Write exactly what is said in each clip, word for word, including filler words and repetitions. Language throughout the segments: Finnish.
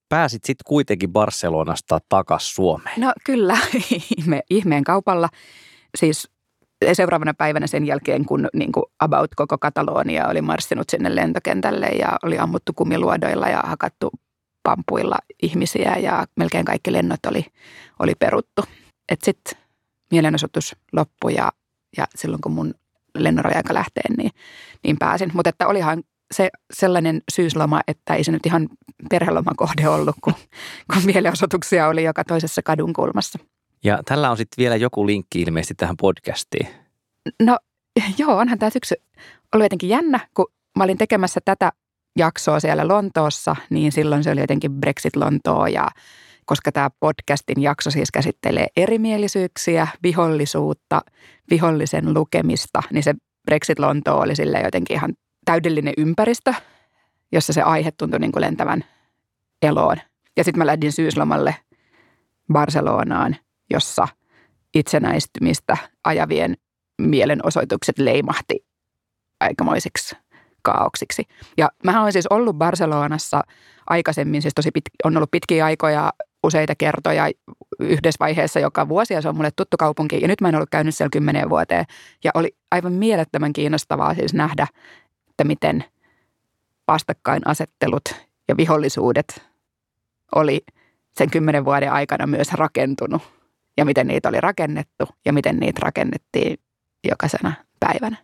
pääsit sitten kuitenkin Barcelonasta takaisin Suomeen. No kyllä, ihme, ihmeen kaupalla. Siis seuraavana päivänä sen jälkeen, kun niin kuin about koko Katalonia oli marssinut sinne lentokentälle ja oli ammuttu kumiluodoilla ja hakattu pampuilla ihmisiä ja melkein kaikki lennot oli, oli peruttu. Että sitten mielenosoitus loppui ja, ja silloin kun mun lennon oli aika lähteä, niin, niin pääsin. Mutta että olihan se sellainen syysloma, että ei se nyt ihan perhelomakohde ollut, kun, kun mielenosoituksia oli joka toisessa kadun kulmassa. Ja tällä on sitten vielä joku linkki ilmeisesti tähän podcastiin. No joo, onhan tämä syksy ollut jotenkin jännä, kun mä olin tekemässä tätä jaksoa siellä Lontoossa, niin silloin se oli jotenkin Brexit Lontoo ja koska tämä podcastin jakso siis käsittelee erimielisyyksiä, vihollisuutta, vihollisen lukemista, niin se Brexit Lontoo oli sille jotenkin ihan täydellinen ympäristö, jossa se aihe tuntui niin kuin lentävän eloon. Ja sitten mä lähdin syyslomalle Barcelonaan, jossa itsenäistymistä ajavien mielenosoitukset leimahti aikamoisiksi kaaoksiksi. Ja mähän olen siis ollut Barcelonassa aikaisemmin, siis tosi pit, on ollut pitkiä aikoja, useita kertoja yhdessä vaiheessa joka vuosi, ja se on mulle tuttu kaupunki. Ja nyt mä en ollut käynyt siellä kymmeneen vuoteen, ja oli aivan mielettömän kiinnostavaa siis nähdä, että miten vastakkainasettelut ja vihollisuudet oli sen kymmenen vuoden aikana myös rakentunut, ja miten niitä oli rakennettu, ja miten niitä rakennettiin jokaisena päivänä.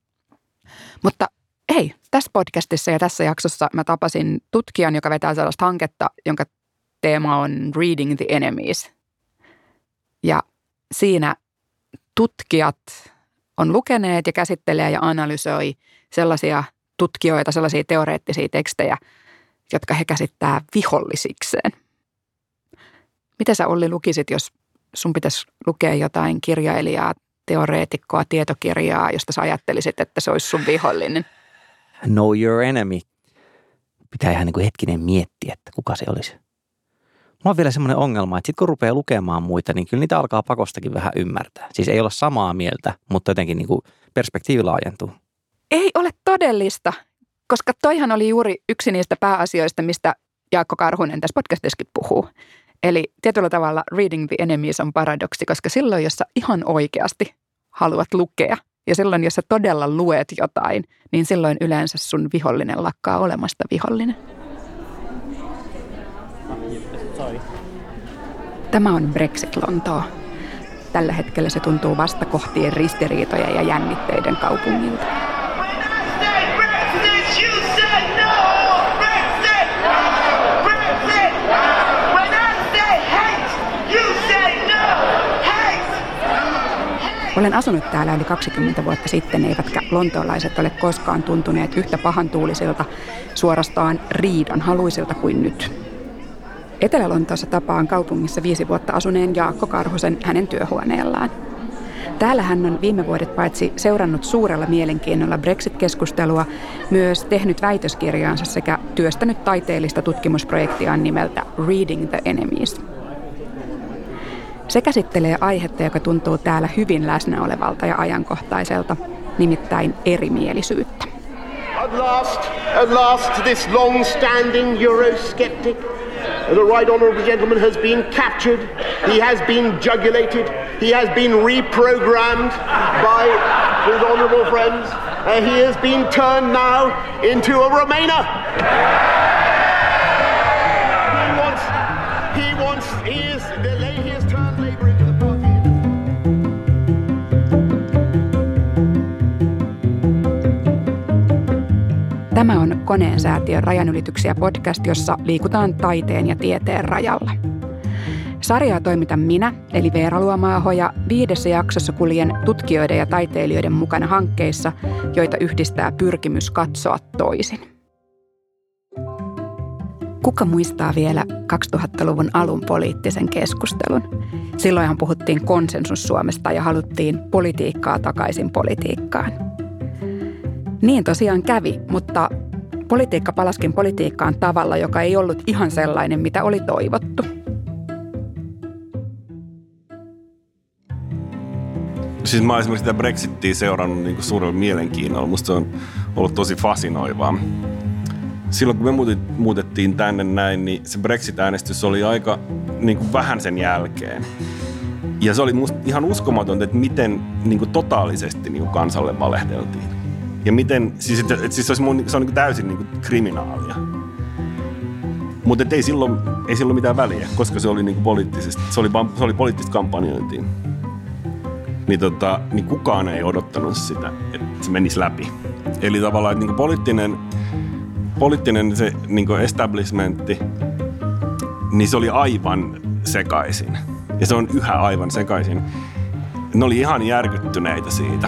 Mutta hei, tässä podcastissa ja tässä jaksossa mä tapasin tutkijan, joka vetää sellaista hanketta, jonka teema on Reading the Enemies. Ja siinä tutkijat on lukeneet ja käsittelee ja analysoi sellaisia tutkijoita, sellaisia teoreettisia tekstejä, jotka he käsittää vihollisikseen. Mitä sä, Olli, lukisit, jos sun pitäisi lukea jotain kirjailijaa, teoreetikkoa, tietokirjaa, josta sä ajattelisit, että se olisi sun vihollinen? Know your enemy. Pitää ihan niin kuin hetkinen miettiä, että kuka se olisi. Mulla on vielä semmoinen ongelma, että sit kun rupeaa lukemaan muita, niin kyllä niitä alkaa pakostakin vähän ymmärtää. Siis ei olla samaa mieltä, mutta jotenkin niin kuin perspektiivi laajentuu. Ei ole todellista, koska toihan oli juuri yksi niistä pääasioista, mistä Jaakko Karhunen tässä podcastissakin puhuu. Eli tietyllä tavalla Reading the Enemies on paradoksi, koska silloin, jos sä ihan oikeasti haluat lukea ja silloin, jos sä todella luet jotain, niin silloin yleensä sun vihollinen lakkaa olemasta vihollinen. Tämä on Brexit Lontoo. Tällä hetkellä se tuntuu vastakohtien ristiriitoja ja jännitteiden kaupungilta. Olen asunut täällä yli kaksikymmentä vuotta sitten, eivätkä lontoolaiset ole koskaan tuntuneet yhtä pahantuulisilta, suorastaan riidan haluisilta kuin nyt. Etelä-Lontoossa tapaan kaupungissa viisi vuotta asuneen Jaakko Karhusen hänen työhuoneellaan. Täällä hän on viime vuodet paitsi seurannut suurella mielenkiinnolla Brexit-keskustelua, myös tehnyt väitöskirjaansa sekä työstänyt taiteellista tutkimusprojektiaan nimeltä Reading the Enemies. Se käsittelee aihetta, joka tuntuu täällä hyvin läsnä olevalta ja ajankohtaiselta, nimittäin erimielisyyttä. At last, at last this long-standing Eurosceptic, the right honourable gentleman has been captured, he has been jugulated, he has been reprogrammed by his honourable friends, and he has been turned now into a Remainer. He wants, he wants, he is, he has turned Labour into the party. Tämä on Koneen säätiön Rajanylityksiä podcast, jossa liikutaan taiteen ja tieteen rajalla. Sarjaa toimitan minä, eli Veera Luomaaho, ja viidessä jaksossa kuljen tutkijoiden ja taiteilijoiden mukana hankkeissa, joita yhdistää pyrkimys katsoa toisin. Kuka muistaa vielä kaksituhattaluvun alun poliittisen keskustelun? Silloinhan puhuttiin konsensus Suomesta ja haluttiin politiikkaa takaisin politiikkaan. Niin tosiaan kävi, mutta politiikka palaskin politiikkaan tavalla, joka ei ollut ihan sellainen, mitä oli toivottu. Siis mä oon esimerkiksi sitä Brexitia seurannut niin kuin suurella mielenkiinnolla. Musta se on ollut tosi fasinoivaa. silloin kun me muutettiin tänne näin, niin se Brexit-äänestys oli aika niin kuin vähän sen jälkeen. Ja se oli musta ihan uskomatonta, että miten niin kuin totaalisesti niin kuin kansalle valehdeltiin. Ja miten, siis, että, että siis se, olisi mun, se on niin kuin täysin niin kuin kriminaalia. Mutta ei silloin, ei silloin mitään väliä, koska se oli, niin kuin poliittisesti, se oli, se oli poliittista kampanjointia. Niin, tota, niin kukaan ei odottanut sitä, että se menisi läpi. Eli tavallaan, että niin kuin poliittinen, poliittinen se niin kuin establishmentti, niin se oli aivan sekaisin. Ja se on yhä aivan sekaisin. Ne oli ihan järkyttyneitä siitä.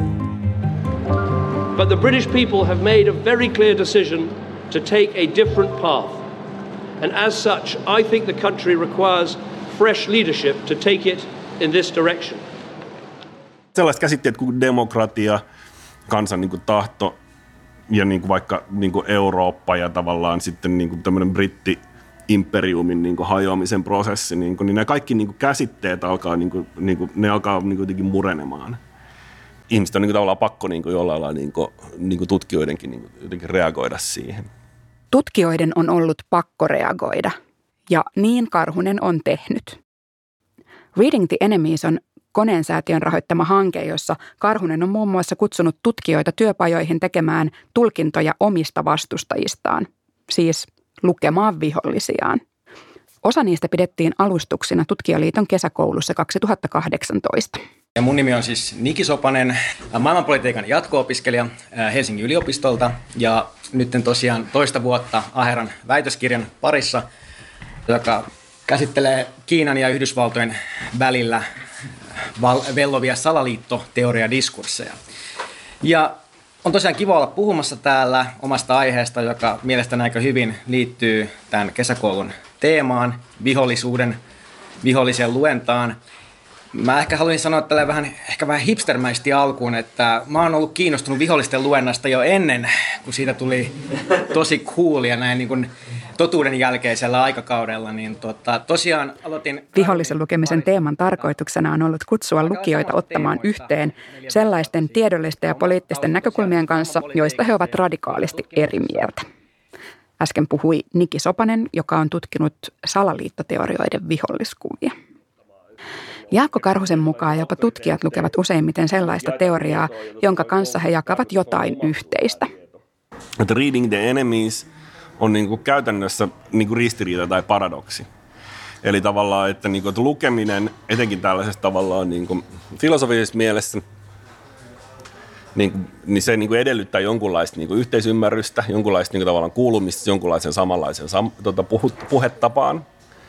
But the British people have made a very clear decision to take a different path. And as such, I think the country requires fresh leadership to take it in this direction. Sellaiset käsitteet kuin demokratia, kansan niin kuin tahto ja niin kuin vaikka niin kuin Eurooppa ja tavallaan sitten niin kuin tämmöinen britti imperiumin niin kuin hajoamisen prosessi, niin, kuin, niin nämä kaikki niin kuin käsitteet alkaa, niin kuin, niin kuin, ne alkaa niin kuin jotenkin murenemaan. Ihmiset on niin kuin tavallaan pakko niin kuin jollain lailla niin kuin, niin kuin tutkijoidenkin niin kuin jotenkin reagoida siihen. Tutkijoiden on ollut pakko reagoida, ja niin Karhunen on tehnyt. Reading the Enemies on Koneen-säätiön rahoittama hanke, jossa Karhunen on muun muassa kutsunut tutkijoita työpajoihin tekemään tulkintoja omista vastustajistaan, siis lukemaan vihollisiaan. Osa niistä pidettiin alustuksina Tutkijaliiton kesäkoulussa kaksituhattakahdeksantoista. Ja mun nimi on siis Niki Sopanen, maailmanpolitiikan jatko-opiskelija Helsingin yliopistolta ja nyt tosiaan toista vuotta Aheran väitöskirjan parissa, joka käsittelee Kiinan ja Yhdysvaltojen välillä vellovia salaliittoteoriadiskursseja. Ja on tosiaan kiva olla puhumassa täällä omasta aiheesta, joka mielestäni aika hyvin liittyy tämän kesäkoulun teemaan, vihollisuuden, vihollisen luentaan. Mä ehkä haluaisin sanoa tällä vähän, ehkä vähän hipstermäisesti alkuun, että mä oon ollut kiinnostunut vihollisten luennasta jo ennen, kun siitä tuli tosi coolia näin niin kuin totuuden jälkeisellä aikakaudella. Niin tota, tosiaan aloitin... Vihollisen lukemisen teeman tarkoituksena on ollut kutsua lukijoita ottamaan yhteen sellaisten tiedollisten ja poliittisten näkökulmien kanssa, joista he ovat radikaalisti eri mieltä. Äsken puhui Niki Sopanen, joka on tutkinut salaliittoteorioiden viholliskuvia. Jaakko Karhusen mukaan jopa tutkijat lukevat useimmiten sellaista teoriaa, jonka kanssa he jakavat jotain yhteistä. Että Reading the Enemies on niin kuin käytännössä niin kuin ristiriita tai paradoksi. Eli tavallaan, että, niin kuin, että lukeminen, etenkin tällaisessa tavallaan niin kuin filosofisessa mielessä, niin, kuin, niin se niin kuin edellyttää jonkunlaista niin kuin yhteisymmärrystä, jonkunlaista niin kuin tavallaan kuulumista, jonkunlaisen samanlaisen sam, tuota, puhut, puhetapaan.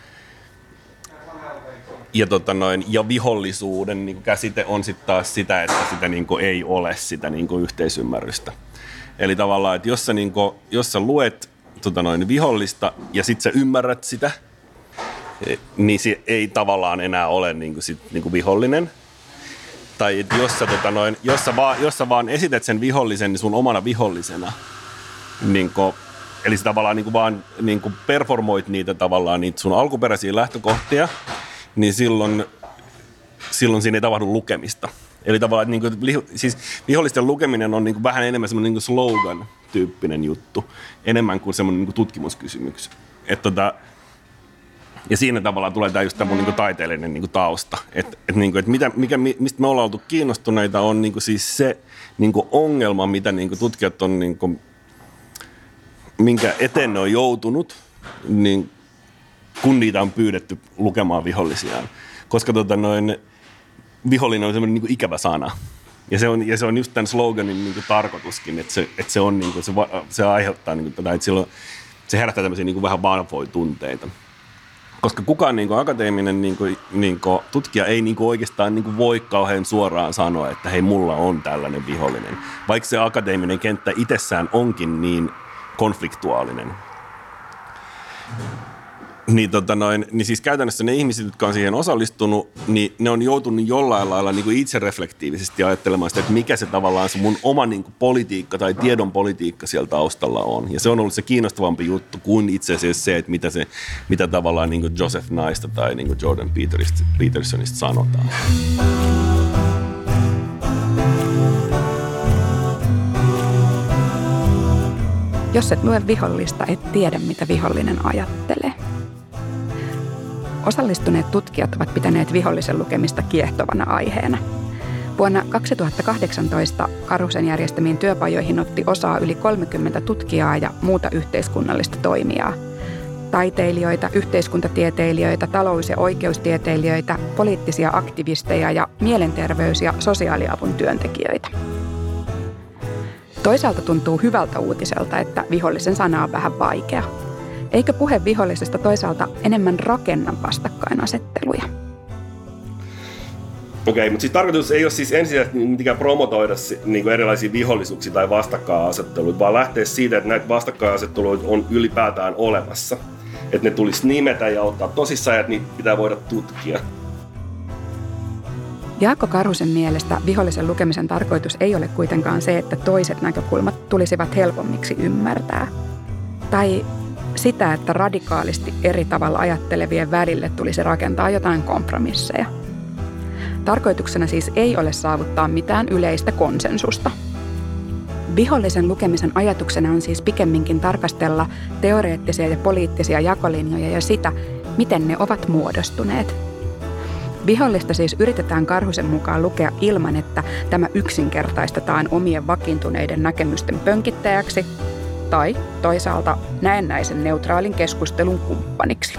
Ja, tota noin, ja vihollisuuden niin kuin käsite on sitten taas sitä, että sitä niin kuin ei ole sitä niin kuin yhteisymmärrystä. Eli tavallaan, että jos sä, niin kuin, jos sä luet tota noin, vihollista ja sitten sä ymmärrät sitä, niin se ei tavallaan enää ole niin kuin, sit, niin kuin vihollinen. Tai jos sä, tota noin, jos, sä vaan, jos sä vaan esität sen vihollisen niin sun omana vihollisena, niin kuin, eli sä tavallaan niin kuin vaan niin kuin performoit niitä tavallaan niitä sun alkuperäisiä lähtökohtia, niin silloin, silloin siinä ei tapahdu lukemista. Eli tavallaan, että niin kuin, siis vihollisten lukeminen on niin kuin vähän enemmän semmoinen niin kuin slogan-tyyppinen juttu, enemmän kuin semmoinen niin kuin tutkimuskysymys. Et tota, ja siinä tavallaan tulee tämä just tämmöinen niin kuin taiteellinen niin kuin tausta. Että et, niin et mitä, mikä, mistä me ollaan oltu kiinnostuneita on niin kuin siis se niin kuin ongelma, mitä niin kuin tutkijat on, niin kuin, minkä eteen ne on joutunut, niin kun niitä on pyydetty lukemaan vihollisiaan. Koska tota noin, vihollinen on semmoinen niin kuin ikävä sana. Ja se on, ja se on just tämän sloganin niin kuin tarkoituskin, että se, että se, on, niin kuin, se, se aiheuttaa, niin kuin tätä, että silloin, se herättää tämmöisiä niin kuin vähän vanfoitunteita. Koska kukaan niin kuin akateeminen niin kuin, niin kuin tutkija ei niin kuin oikeastaan niin kuin voi kauhean suoraan sanoa, että hei, mulla on tällainen vihollinen. Vaikka se akateeminen kenttä itsessään onkin niin konfliktuaalinen. Niin, tota noin, niin siis käytännössä ne ihmiset, jotka on siihen osallistunut, niin ne on joutunut jollain lailla niin kuin itsereflektiivisesti ajattelemaan sitä, että mikä se tavallaan se mun oma niin kuin politiikka tai tiedon politiikka siellä taustalla on. Ja se on ollut se kiinnostavampi juttu kuin itse asiassa se, että mitä, se, mitä tavallaan niin kuin Joseph Nyesta tai niin kuin Jordan Petersonista sanotaan. Jos et lue vihollista, et tiedä, mitä vihollinen ajattelee. Osallistuneet tutkijat ovat pitäneet vihollisen lukemista kiehtovana aiheena. Vuonna kaksituhattakahdeksantoista Karhusen järjestämiin työpajoihin otti osaa yli kolmekymmentä tutkijaa ja muuta yhteiskunnallista toimijaa. Taiteilijoita, yhteiskuntatieteilijöitä, talous- ja oikeustieteilijöitä, poliittisia aktivisteja ja mielenterveys- ja sosiaaliavun työntekijöitä. Toisaalta tuntuu hyvältä uutiselta, että vihollisen sana on vähän vaikea. Eikö puhe vihollisesta toisaalta enemmän rakenna vastakkainasetteluja? Okei, mutta siis tarkoitus ei ole siis ensisijaisesti mitenkään promotoida niin kuin erilaisia vihollisuuksia tai vastakkainasetteluita, vaan lähteä siitä, että näitä vastakkainasetteluita on ylipäätään olemassa. Että ne tulisi nimetä ja ottaa tosissaan ja että niitä pitää voida tutkia. Jaakko Karhusen mielestä vihollisen lukemisen tarkoitus ei ole kuitenkaan se, että toiset näkökulmat tulisivat helpommiksi ymmärtää. Tai sitä, että radikaalisti eri tavalla ajattelevien välille tulisi rakentaa jotain kompromisseja. Tarkoituksena siis ei ole saavuttaa mitään yleistä konsensusta. Vihollisen lukemisen ajatuksena on siis pikemminkin tarkastella teoreettisia ja poliittisia jakolinjoja ja sitä, miten ne ovat muodostuneet. Vihollista siis yritetään Karhusen mukaan lukea ilman, että tämä yksinkertaistetaan omien vakiintuneiden näkemysten pönkittäjäksi tai toisaalta näennäisen neutraalin keskustelun kumppaniksi.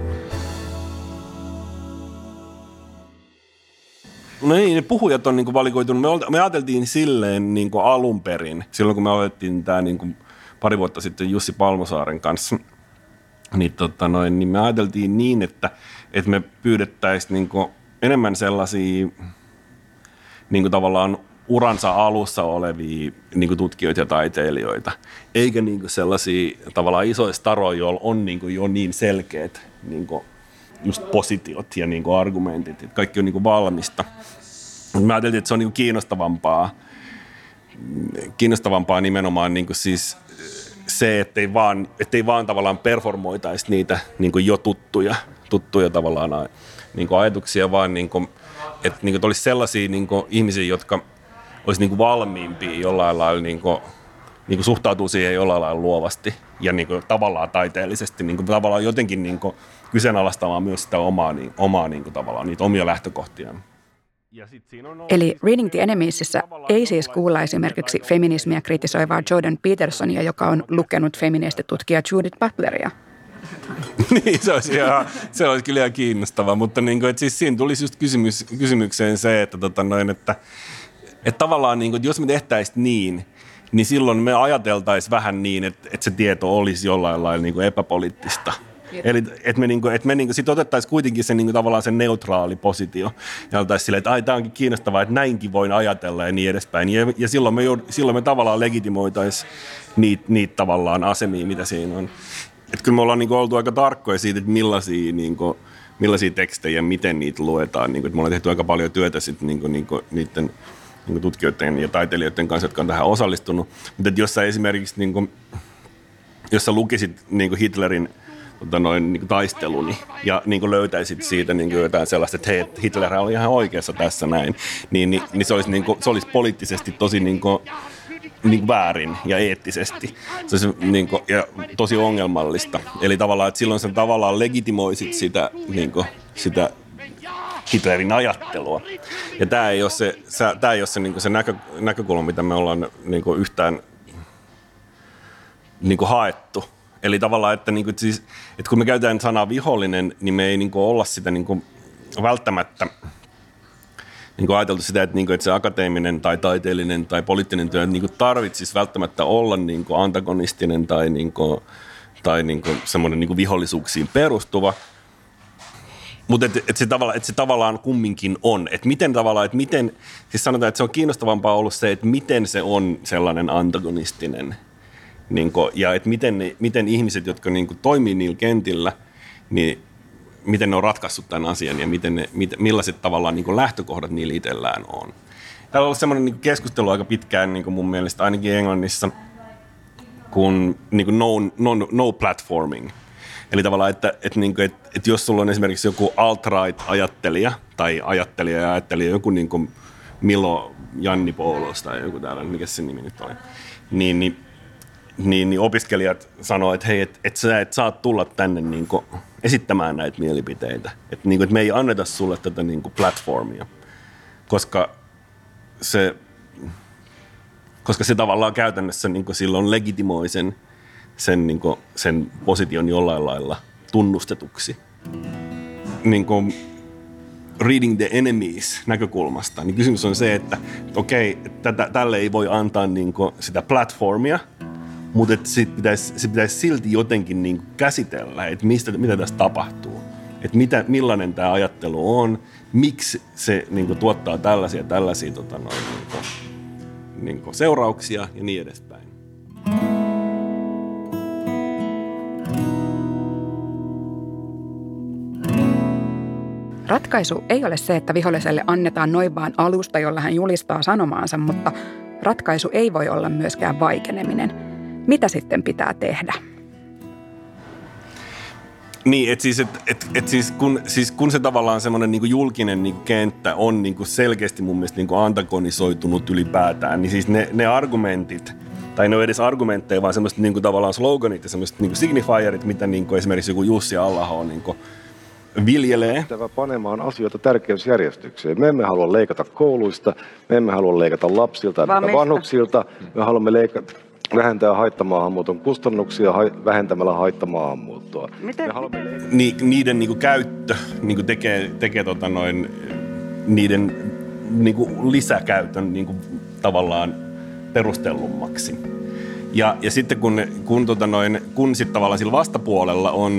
No niin, ne puhujat on niinku valikoitunut. Me, olta, me ajateltiin silleen niinku alun perin, silloin kun me aloitettiin tämä niinku pari vuotta sitten Jussi Palmosaaren kanssa, niin, tota noin, niin me ajateltiin niin, että, että me pyydettäisiin niinku enemmän sellaisia niinku tavallaan uransa alussa olevia niinku tutkijoita ja taiteilijoita, eikä niinku sellaisia tavallaan isoja staroja, joilla on niinku jo niin selkeät niinku just positiot ja niinku argumentit, että kaikki on niinku valmista. Mä ajattelin, että se on niinku kiinnostavampaa, kiinnostavampaa nimenomaan niinku siis se, ettei vaan, ettei vaan tavallaan performoitaisi niitä niinku jo tuttuja, tuttuja tavallaan niinku ajatuksia, vaan niinku, että niinku olisi sellaisia niinku ihmisiä, jotka olisi niinku valmiimpia jollain lailla niinku, niinku suhtautuu siihen jollain lailla luovasti ja niinku tavallaan taiteellisesti, niinku tavallaan jotenkin niinku kyseenalaistamaan myös sitä omaa, niin, omaa niin kuin tavallaan, niitä omia lähtökohtia. Eli Reading the Enemiesissä ei siis kuulla esimerkiksi feminismiä kritisoivaa Jordan Petersonia, joka on lukenut feministitutkija Judith Butleria. Niin, se olisi, ihan, se olisi kyllä ihan kiinnostavaa, mutta niin kuin, että siis siinä tulisi just kysymys, kysymykseen se, että, tota noin, että, että tavallaan niin kuin, että jos me tehtäisiin niin, niin silloin me ajateltaisiin vähän niin, että, että se tieto olisi jollain lailla niin kuin epäpoliittista. Eli että me, niinku, et me niinku sit otettaisiin kuitenkin se niinku tavallaan se neutraali positio ja oltaisiin silleen, että ai, tämä onkin kiinnostavaa, että näinkin voin ajatella ja niin edespäin. Ja, ja silloin, me, silloin me tavallaan legitimoitaisiin niitä, niitä tavallaan asemia, mitä siinä on. Että kyllä me ollaan niinku oltu aika tarkkoja siitä, että millaisia, niinku, millaisia tekstejä, miten niitä luetaan. Niinku, että me ollaan tehty aika paljon työtä sit, niinku, niinku, niiden niinku tutkijoiden ja taiteilijoiden kanssa, jotka on tähän osallistunut. Mutta jos sä esimerkiksi, niinku, jos sä lukisit niinku Hitlerin Tota noin, niin taisteluni ja niin löytäisit siitä niin jotain sellaista, että hei, Hitler oli ihan oikeassa tässä näin, niin, niin, niin se, olisi, niin kuin, se olisi poliittisesti tosi niin kuin, niin väärin ja eettisesti se olisi, niin kuin, ja tosi ongelmallista. Eli tavallaan, että silloin sen tavallaan legitimoisit sitä, niin kuin, sitä Hitlerin ajattelua. Ja tämä ei ole se, tämä ei ole se, niin kuin se näkö, näkökulma, mitä me ollaan niin kuin yhtään niin kuin haettu. Eli tavallaan, että, niin kuin, siis, että kun me käytetään sanaa vihollinen, niin me ei niin kuin, olla sitä niin kuin, välttämättä niin kuin ajateltu sitä, että, niin kuin, että se akateeminen tai taiteellinen tai poliittinen työ niin kuin, tarvitsisi välttämättä olla niin kuin, antagonistinen tai, niin kuin, tai niin kuin, semmoinen niin kuin, vihollisuuksiin perustuva. Mutta että et se, et se tavallaan kumminkin on. Että miten tavallaan, että miten, siis sanotaan, että se on kiinnostavampaa ollut se, että miten se on sellainen antagonistinen. Niin kuin, ja että miten, ne, miten ihmiset, jotka niin kuin, toimii niillä kentillä, niin miten ne on ratkaissut tämän asian ja miten ne, mit, millaiset tavallaan niin kuin lähtökohdat niillä itsellään on. Täällä on ollut semmoinen niin kuin keskustelu aika pitkään niin kuin mun mielestä, ainakin Englannissa, kuin, niin kuin no, no, no platforming. Eli tavallaan, että, että, niin kuin, että, että jos sulla on esimerkiksi joku alt-right-ajattelija tai ajattelija ja ajattelija, joku niin kuin Milo Janni Poulos tai joku tällainen, mikä se nimi nyt oli, niin, niin niin, niin opiskelijat sanoo, että hei, että et sä et saa tulla tänne niin kuin esittämään näitä mielipiteitä. Että niin et me ei anneta sulle tätä niin kuin platformia, koska se, koska se tavallaan käytännössä niin kuin silloin legitimoi sen, sen, niin kuin, sen position jollain lailla tunnustetuksi. Niin kuin reading the enemies näkökulmasta, niin kysymys on se, että okei, tätä, tälle ei voi antaa niin kuin sitä platformia, mutta sit pitäisi, se pitäisi silti jotenkin niin kuin käsitellä, että mistä, mitä tässä tapahtuu. Että mitä, millainen tämä ajattelu on, miksi se niin kuin tuottaa tällaisia tällaisia tota, noin, niin kuin, niin kuin seurauksia ja niin edespäin. Ratkaisu ei ole se, että viholliselle annetaan noin vaan alusta, jolla hän julistaa sanomaansa, mutta ratkaisu ei voi olla myöskään vaikeneminen. Mitä sitten pitää tehdä? Niin, että siis, et, et, et siis, kun, siis kun se tavallaan semmoinen niinku julkinen niinku kenttä on niinku selkeästi mun mielestä niinku antagonisoitunut ylipäätään, niin siis ne, ne argumentit, tai ne on edes argumentteja, vaan semmoiset niinku tavallaan sloganit ja semmoiset niinku signifierit, mitä niinku esimerkiksi joku Jussi Halla-aho niinku viljelee. Panemaan asioita tärkeysjärjestykseen. Me emme halua leikata kouluista, me emme halua leikata lapsilta ja vanhuksilta, me haluamme leikata, vähentää haittamaahanmuuton kustannuksia vähentämällä haittamaahanmuuttoa. Miten? Ni, niiden niinku käyttö niinku tekee, tekee tota noin, niiden niinku lisäkäytön niinku tavallaan perustellummaksi. Ja, ja sitten kun, kun, tota noin, kun sit tavallaan sillä vastapuolella on,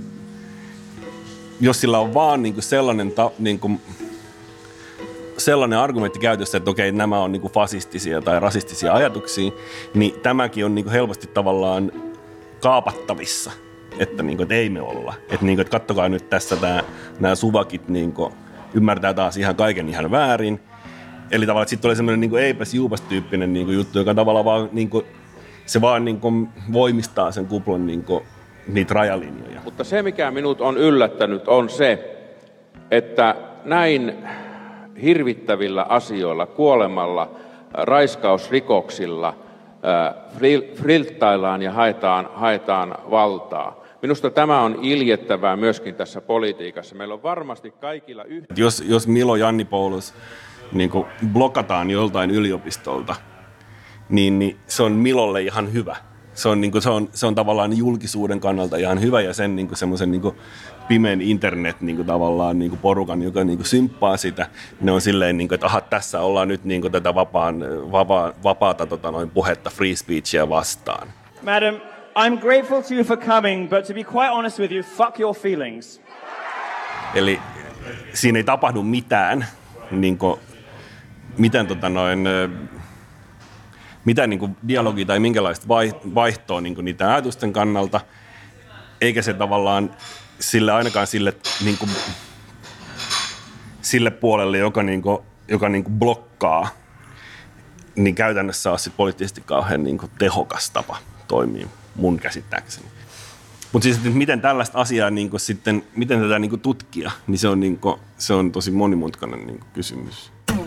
jos sillä on vaan niinku sellainen, ta, niinku, sellainen argumentti käytössä, että okei, nämä on niinku fasistisia tai rasistisia ajatuksia, niin tämäkin on niinku helposti tavallaan kaapattavissa, että, niinku, että ei me olla. Että, niinku, että kattokaa nyt tässä tää, nämä suvakit niinku, ymmärtää taas ihan kaiken ihan väärin. Eli tavallaan, että sitten tulee semmoinen niinku eipäs juupas tyyppinen niinku juttu, joka tavallaan vaan, niinku, se vaan niinku, voimistaa sen kuplan niinku, niitä rajalinjoja. Mutta se, mikä minut on yllättänyt, on se, että näin hirvittävillä asioilla, kuolemalla, raiskausrikoksilla, flirttaillaan ja haetaan, haetaan valtaa. Minusta tämä on iljettävää myöskin tässä politiikassa. Meillä on varmasti kaikilla yhtä. Jos, jos Milo Jannipoulos niin kuin blokataan joltain yliopistolta, niin, niin se on Milolle ihan hyvä. Se on, niin kuin, se, on, se on tavallaan julkisuuden kannalta ihan hyvä ja sen niin kuin semmoisen niin kuin pimeän internet niin kuin tavallaan niin kuin porukan, joka niin kuin symppaa sitä. Ne on silleen, niin kuin, että aha, tässä ollaan nyt niin kuin tätä vapaan, vapaa, vapaata tota, noin puhetta, free speechia vastaan. Madam, I'm grateful to you for coming, but to be quite honest with you, fuck your feelings. Eli siinä ei tapahdu mitään, niin kuin, mitään tota noin, mitään niin kuin dialogia tai minkälaista vaihtoa niin kuin niiden ajatusten kannalta, eikä se tavallaan sille ainakaan sille, niin kuin, sille puolelle, joka, niin kuin, joka niin kuin blokkaa, niin käytännössä on sit poliittisesti kauhean niin kuin tehokas tapa toimia mun käsittääkseni. Mutta siis, että miten tällaista asiaa niin kuin sitten, miten tätä niin kuin tutkia, niin se on, niin kuin, se on tosi monimutkainen niin kuin kysymys.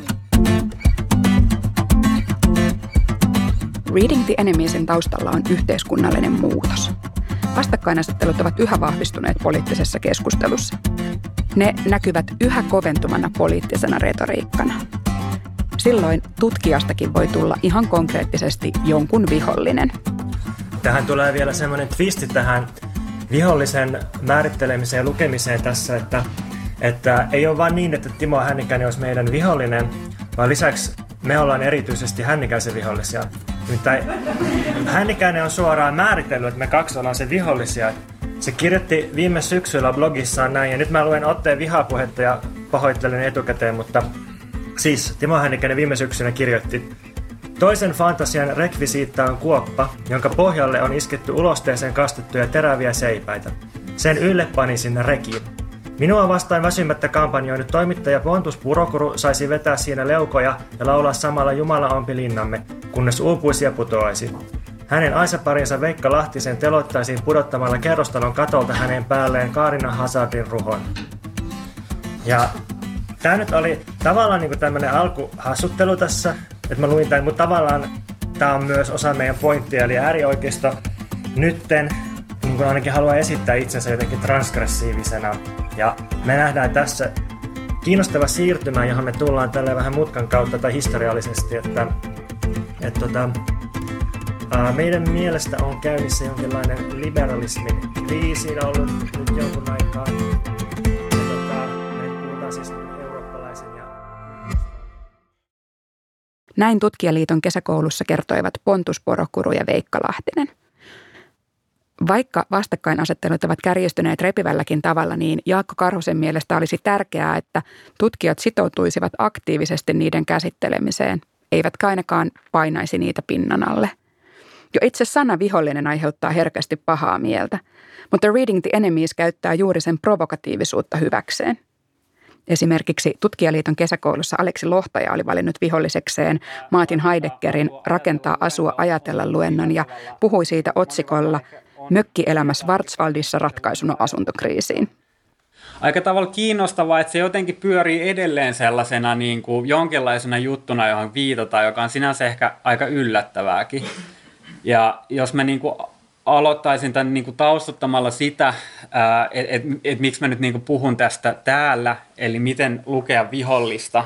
Reading the Enemiesin taustalla on yhteiskunnallinen muutos. Vastakkainasettelut ovat yhä vahvistuneet poliittisessa keskustelussa. Ne näkyvät yhä koventuvana poliittisena retoriikkana. Silloin tutkijastakin voi tulla ihan konkreettisesti jonkun vihollinen. Tähän tulee vielä semmoinen twisti tähän vihollisen määrittelemiseen ja lukemiseen tässä, että, että ei ole vain niin, että Timo Hännikäinen olisi meidän vihollinen, vaan lisäksi me ollaan erityisesti Hännikäisen vihollisia. Nimittäin Hännikäinen on suoraan määritellyt, että me kaksi ollaan se vihollisia. Se kirjoitti viime syksyllä blogissaan näin, ja nyt mä luen otteen vihapuhetta ja pahoittelen etukäteen, mutta siis Timo Hännikäinen viime syksynä kirjoitti: toisen fantasian rekvisiitta on kuoppa, jonka pohjalle on isketty ulosteeseen kastettuja teräviä seipäitä. Sen ylle pani sinne rekiin. Minua vastaan väsymättä kampanjoinut toimittaja Pontus Purokuru saisi vetää siinä leukoja ja laulaa samalla Jumala ompi linnamme, kunnes uupuisi ja putoaisi. Hänen aisaparinsa Veikka Lahtisen teloittaisiin pudottamalla kerrostalon katolta hänen päälleen Kaarina Hazardin ruhon. Ja tämä nyt oli tavallaan niinku tämmöinen alkuhassuttelu tässä, että mä luin tämän, mutta tavallaan tämä on myös osa meidän pointtia, eli äärioikeisto nytten niin kuin ainakin haluaa esittää itsensä jotenkin transgressiivisena. Ja me nähdään tässä kiinnostava siirtymä, johon me tullaan tällä vähän mutkan kautta tai historiallisesti, että, että tota, ää, meidän mielestä on käynnissä jonkinlainen liberalismin kriisi ollut nyt jonkun aikaa. Ja tota, me puhutaan siis eurooppalaisen ja... Näin Tutkijaliiton kesäkoulussa kertoivat Pontus Porokuru ja Veikka Lahtinen. Vaikka vastakkainasettelut ovat kärjistyneet repivälläkin tavalla, niin Jaakko Karhusen mielestä olisi tärkeää, että tutkijat sitoutuisivat aktiivisesti niiden käsittelemiseen, eivätkä ainakaan painaisi niitä pinnan alle. Jo itse sana vihollinen aiheuttaa herkästi pahaa mieltä, mutta Reading the Enemies käyttää juuri sen provokatiivisuutta hyväkseen. Esimerkiksi Tutkijaliiton kesäkoulussa Aleksi Lohtaja oli valinnut vihollisekseen Martin Heideggerin Rakentaa, asua, ajatella -luennon ja puhui siitä otsikolla Mökkielämä Schwarzwaldissa ratkaisuna asuntokriisiin. Aika tavalla kiinnostavaa, että se jotenkin pyörii edelleen sellaisena niin kuin jonkinlaisena juttuna, johon viitataan, joka on sinänsä ehkä aika yllättävääkin. Ja jos mä niin kuin aloittaisin tämän niin kuin taustuttamalla sitä, että et, et miksi mä nyt niin kuin puhun tästä täällä, eli miten lukea vihollista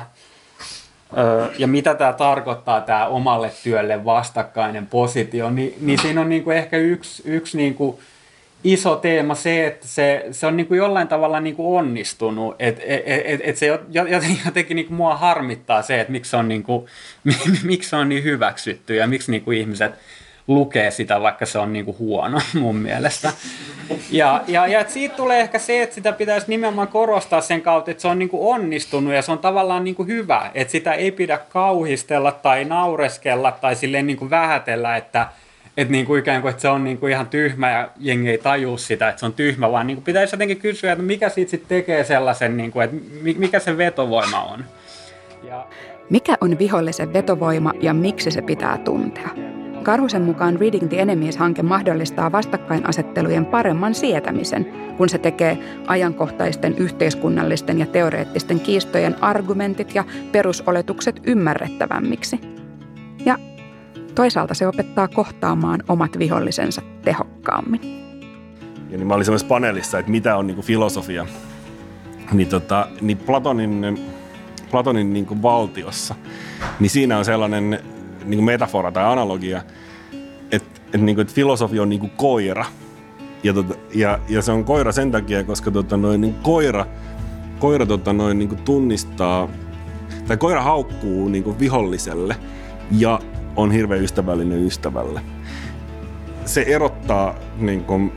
ja mitä tämä tarkoittaa, tämä omalle työlle vastakkainen positio, niin, niin siinä on niin kuin ehkä yksi, yksi niin kuin iso teema se, että se, se on niin kuin jollain tavalla niin kuin onnistunut, että et, et, et se jotenkin niin kuin mua harmittaa se, että miksi se on niin, kuin, miksi se on niin hyväksytty ja miksi niin kuin ihmiset lukee sitä, vaikka se on niinku huono mun mielestä. Ja, ja, ja siitä tulee ehkä se, että sitä pitäisi nimenomaan korostaa sen kautta, että se on niinku onnistunut ja se on tavallaan niinku hyvä. Että sitä ei pidä kauhistella tai naureskella tai silleen niinku vähätellä, että et niinku ikään kuin että se on niinku ihan tyhmä ja jengi ei tajua sitä, että se on tyhmä, vaan niinku pitäisi jotenkin kysyä, että mikä siitä sitten tekee sellaisen, niinku, että mikä se vetovoima on. Ja... Mikä on vihollisen vetovoima ja miksi se pitää tuntea? Karhusen mukaan Reading the Enemies-hanke mahdollistaa vastakkainasettelujen paremman sietämisen, kun se tekee ajankohtaisten yhteiskunnallisten ja teoreettisten kiistojen argumentit ja perusoletukset ymmärrettävämmiksi. Ja toisaalta se opettaa kohtaamaan omat vihollisensa tehokkaammin. Ja niin mä olin semmoisessa paneelissa, että mitä on niinku filosofia. Niin, tota, niin Platonin, Platonin niinku valtiossa, niin siinä on sellainen niin kuin metafora tai analogia, että, että, niin kuin, että filosofia on niin kuin koira. Ja, tota, ja, ja se on koira sen takia, koska tota, noin, niin koira, koira tota, noin, niin kuin tunnistaa, tai koira haukkuu niin kuin viholliselle ja on hirveän ystävällinen ystävälle. Se erottaa niin kuin,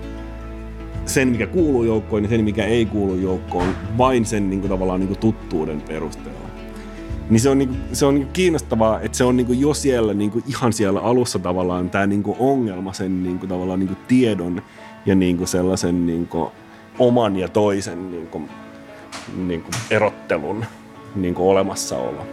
sen, mikä kuuluu joukkoon, ja sen, mikä ei kuulu joukkoon, vain sen niin kuin, tavallaan niin kuin tuttuuden perusteella. Niin se on, niinku, se on niinku kiinnostavaa, että se on niinku jo siellä, niinku ihan siellä alussa tavallaan tämä niinku ongelma sen niinku tavallaan niinku tiedon ja niinku sellaisen niinku oman ja toisen niinku, niinku erottelun niinku olemassaolo.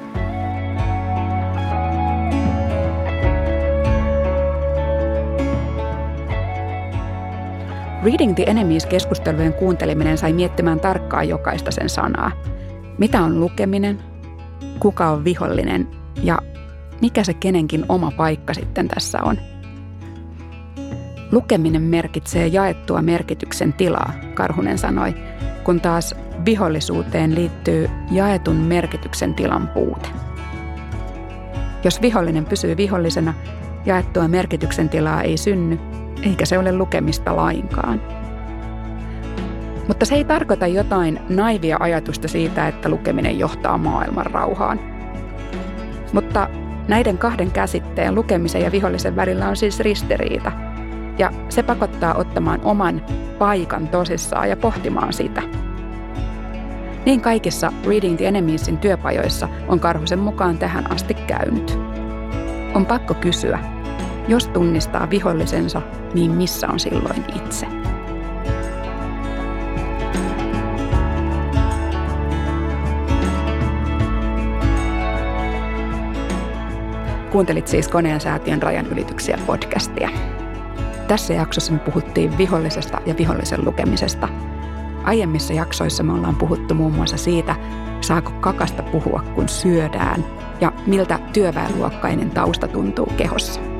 Reading the Enemies-keskustelujen kuunteleminen sai miettimään tarkkaan jokaista sen sanaa. Mitä on lukeminen? Kuka on vihollinen ja mikä se kenenkin oma paikka sitten tässä on. Lukeminen merkitsee jaettua merkityksen tilaa, Karhunen sanoi, kun taas vihollisuuteen liittyy jaetun merkityksen tilan puute. Jos vihollinen pysyy vihollisena, jaettua merkityksen tilaa ei synny, eikä se ole lukemista lainkaan. Mutta se ei tarkoita jotain naivia ajatusta siitä, että lukeminen johtaa maailman rauhaan. Mutta näiden kahden käsitteen, lukemisen ja vihollisen välillä, on siis ristiriita. Ja se pakottaa ottamaan oman paikan tosissaan ja pohtimaan sitä. Niin kaikissa Reading the Enemiesin työpajoissa on Karhusen mukaan tähän asti käynyt. On pakko kysyä, jos tunnistaa vihollisensa, niin missä on silloin itse? Kuuntelit siis Koneen säätiön Rajan ylityksiä podcastia. Tässä jaksossa me puhuttiin vihollisesta ja vihollisen lukemisesta. aiemmissa jaksoissa me ollaan puhuttu muun muassa siitä, saako kakasta puhua kun syödään ja miltä työväenluokkainen tausta tuntuu kehossa.